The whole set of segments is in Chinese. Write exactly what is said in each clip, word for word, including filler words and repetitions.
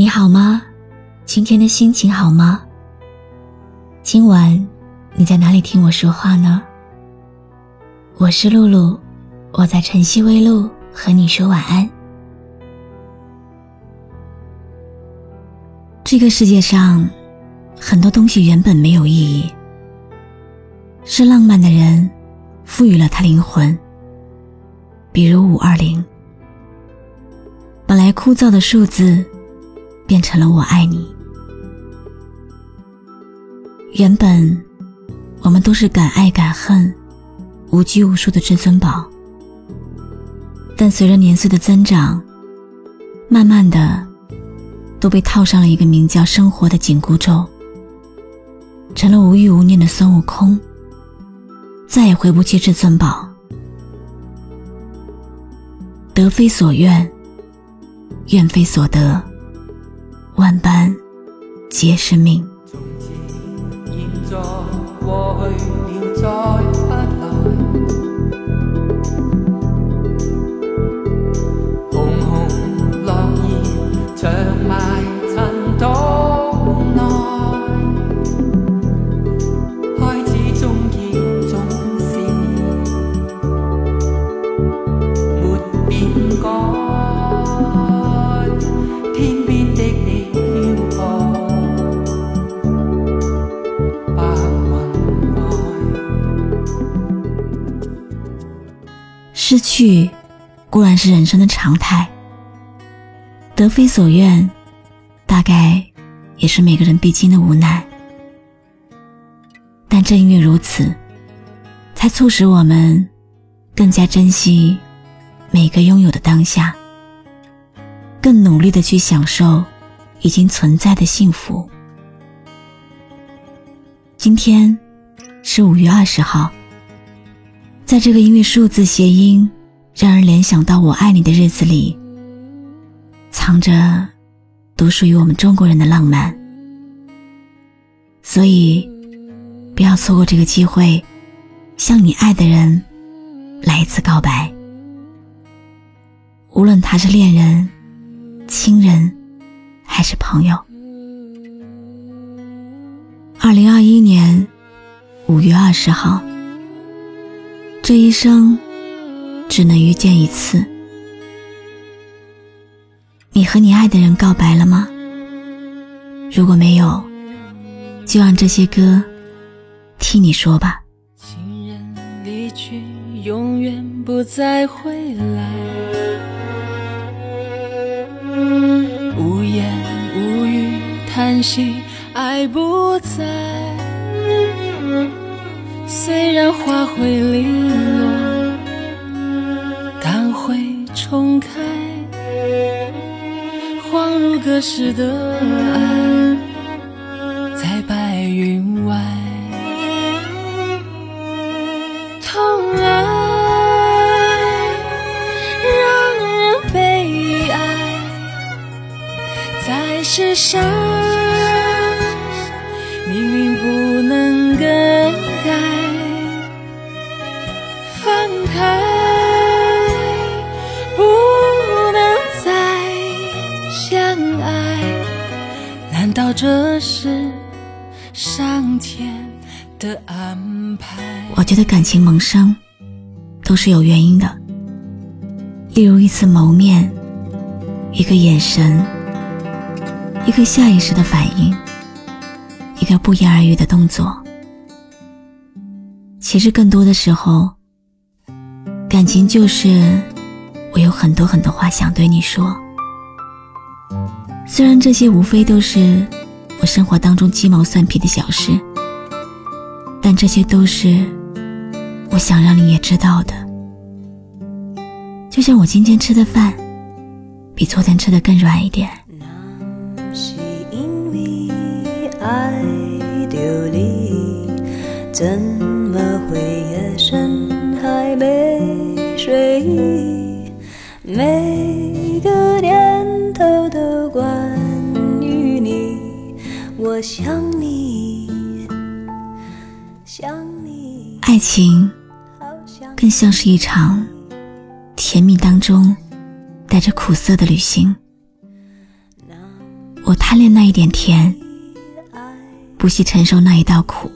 好吗？今天的心情好吗？今晚你在哪里听我说话呢？我是露露，我在晨曦微露和你说晚安。这个世界上很多东西原本没有意义，是浪漫的人赋予了它灵魂。比如五二零，本来枯燥的数字变成了我爱你。原本我们都是敢爱敢恨无拘无束的至尊宝，但随着年岁的增长，慢慢的都被套上了一个名叫生活的紧箍咒，成了无欲无念的孙悟空，再也回不去至尊宝。得非所愿，愿非所得，万般皆是命。 从前现在过去了再不来，红红落叶长埋尘土内，开始终结总是没变改，天边的你飘泊白云外。 失去固然是人生的常态，得非所愿大概也是每个人必经的无奈，但正因为如此，才促使我们更加珍惜每个拥有的当下，更努力地去享受已经存在的幸福。今天是五月二十号，在这个因为数字谐音让人联想到我爱你的日子里，藏着独属于我们中国人的浪漫。所以不要错过这个机会，向你爱的人来一次告白，无论他是恋人、亲人还是朋友。二零二一年五月二十号，这一生只能遇见一次。你和你爱的人告白了吗？如果没有，就让这些歌替你说吧。 情人离去，永远不再回来，无言无语叹息，爱不在。虽然花会零落，但会重开，恍如隔世的爱，在白云外。痛爱让人悲哀，在世上命运不能更改，放开不能再相爱，难道这是上天的安排？ 我觉得感情萌生都是有原因的，例如一次谋面，一个眼神，一个下意识的反应，一个不言而喻的动作。其实更多的时候，感情就是我有很多很多话想对你说，虽然这些无非都是我生活当中鸡毛蒜皮的小事，但这些都是我想让你也知道的。就像我今天吃的饭比昨天吃的更软一点， 那是因为爱着你，怎么会夜深还没睡意，每个念头都关于你，我想你想你。 爱情更像是一场甜蜜当中带着苦涩的旅行， 我贪恋那一点甜，不惜承受那一道苦。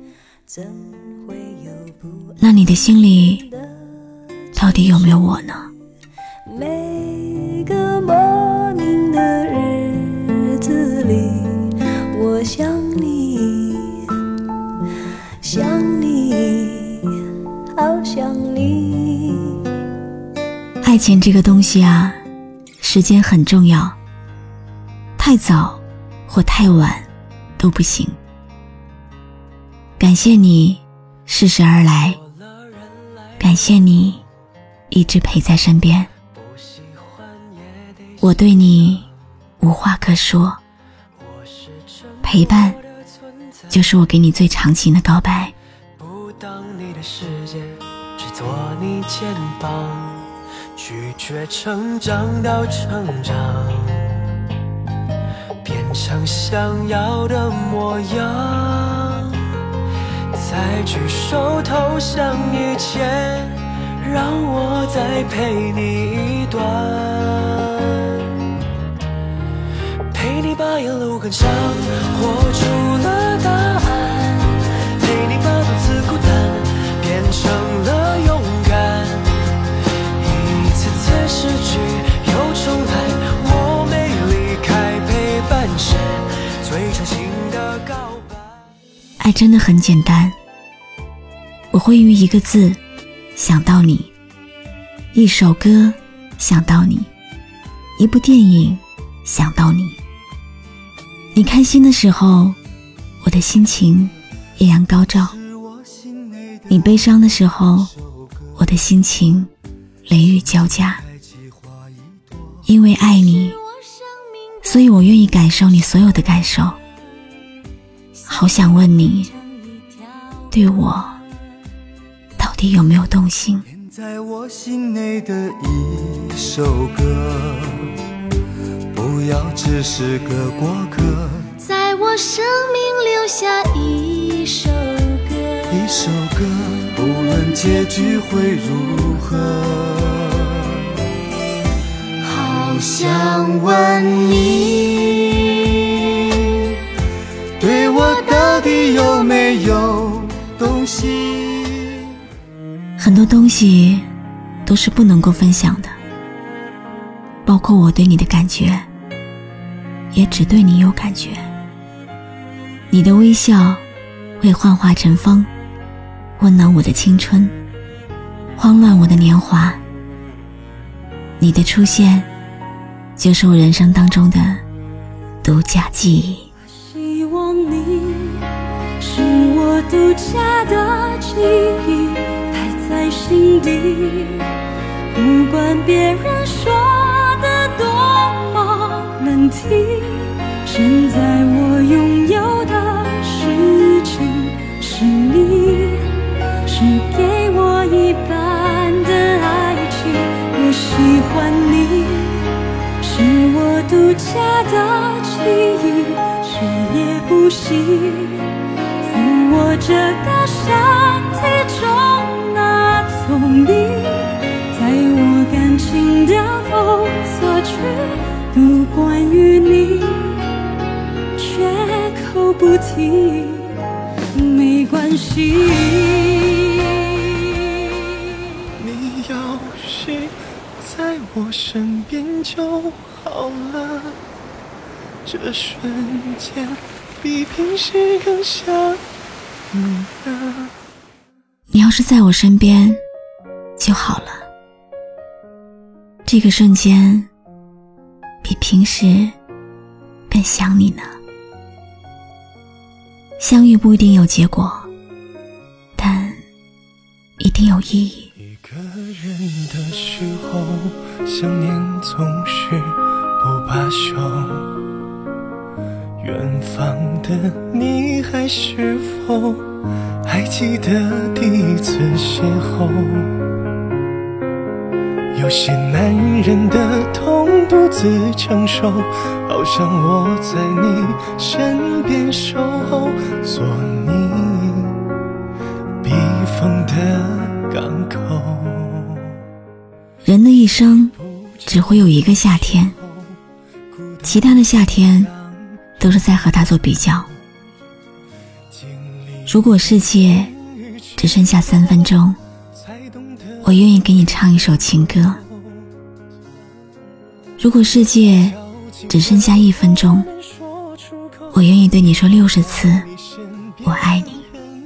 那你的心里到底有没有我呢？ 每个莫名的日子里，我想你，想你，好想你。 爱情这个东西啊，时间很重要，太早或太晚都不行。感谢你适时而来，感谢你一直陪在身边。我对你无话可说，陪伴就是我给你最长情的告白。 不当你的世界，只做你肩膀，拒绝成长到成长，变成想要的模样，再举手投降以前，让我再陪你一段，陪你把沿路感伤活出了答案，陪你把独自孤单变成了勇敢，一次次失去又重来，我没离开，陪伴是最真心的告白。 爱真的很简单，我会于一个字想到你，一首歌想到你，一部电影想到你。你开心的时候，我的心情依然高照；你悲伤的时候，我的心情雷雨交加。因为爱你，所以我愿意感受你所有的感受。好想问你，对我到底有没有动心？ 在我心内的一首歌，不要只是个过客， 在我生命留下一首歌， 一首歌，不论结局会如何。好想问你，对我到底有没有动心？ 很多东西都是不能够分享的，包括我对你的感觉，也只对你有感觉。你的微笑会幻化成风，温暖我的青春，慌乱我的年华。你的出现就是我人生当中的独家记忆。 希望你是我独家的记忆，摆在心底，不管别人说的多么难听，现在我拥有的事情是你，是给我一半的爱情。我喜欢你，是我独家的记忆，谁也不行自我这个身体中那丛林，在我感情的封锁区，读关于你绝口不提，没关系。 你要是在我身边就好了，这瞬间比平时更想你了。 你要是在我身边就好了，这个瞬间比平时更想你呢。相遇不一定有结果，但一定有意义。 一个人的时候，想念总是不罢休，远方的你还是否还记得第一次邂逅？有些男人的痛独自承受，好像我在你身边守候，做你避风的港口。 人的一生只会有一个夏天，其他的夏天都是在和他做比较。如果世界只剩下三分钟，我愿意给你唱一首情歌。如果世界只剩下一分钟，我愿意对你说六十次我爱你。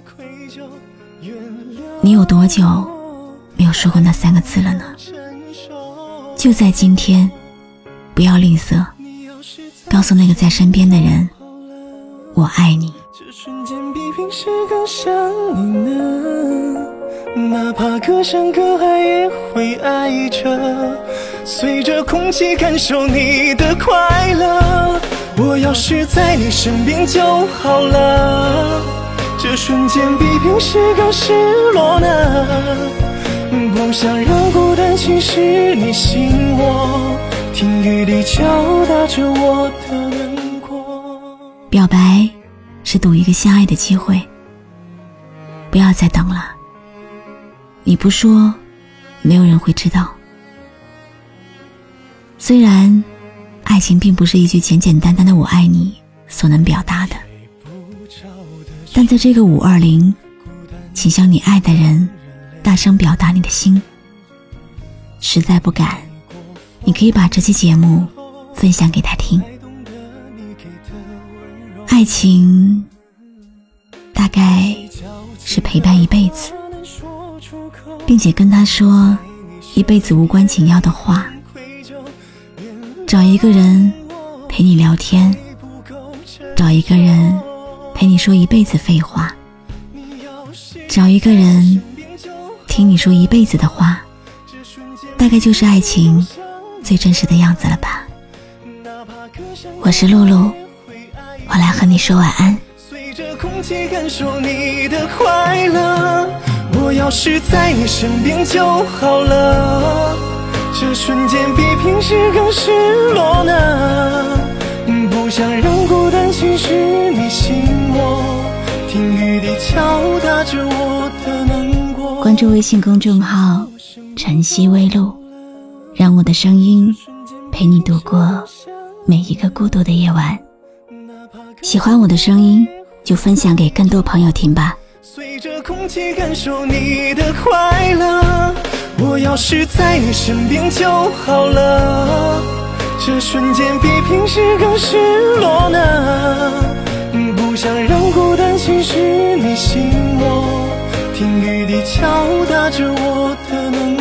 你有多久没有说过那三个字了呢？就在今天，不要吝啬，告诉那个在身边的人，我爱你。 这瞬间比平时更想你呢，哪怕隔山隔海也会爱着，随着空气感受你的快乐。我要是在你身边就好了，这瞬间比平时更失落呢，不想让孤单侵蚀你心窝，听雨滴敲打着我的难过。 表白是赌一个相爱的机会，不要再等了，你不说没有人会知道。虽然爱情并不是一句简简单单的我爱你所能表达的，但在这个五二零，请向你爱的人大声表达你的心。实在不敢，你可以把这期节目分享给他听。爱情大概是陪伴一辈子，并且跟他说一辈子无关紧要的话，找一个人陪你聊天，找一个人陪你说一辈子废话，找一个人听你说一辈子的话，大概就是爱情最真实的样子了吧。我是露露，我来和你说晚安。 随着空气感受你的快乐，我要是在你身边就好了，这瞬间比平时更失落呢，不想让孤单侵蚀你心窝，听雨滴敲打着我的难过。 关注微信公众号晨曦微露，让我的声音陪你度过每一个孤独的夜晚。喜欢我的声音就分享给更多朋友听吧。 随着空气感受你的快乐，我要是在你身边就好了，这瞬间比平时更失落呢，不想让孤单侵蚀你心窝，听雨滴敲打着我的难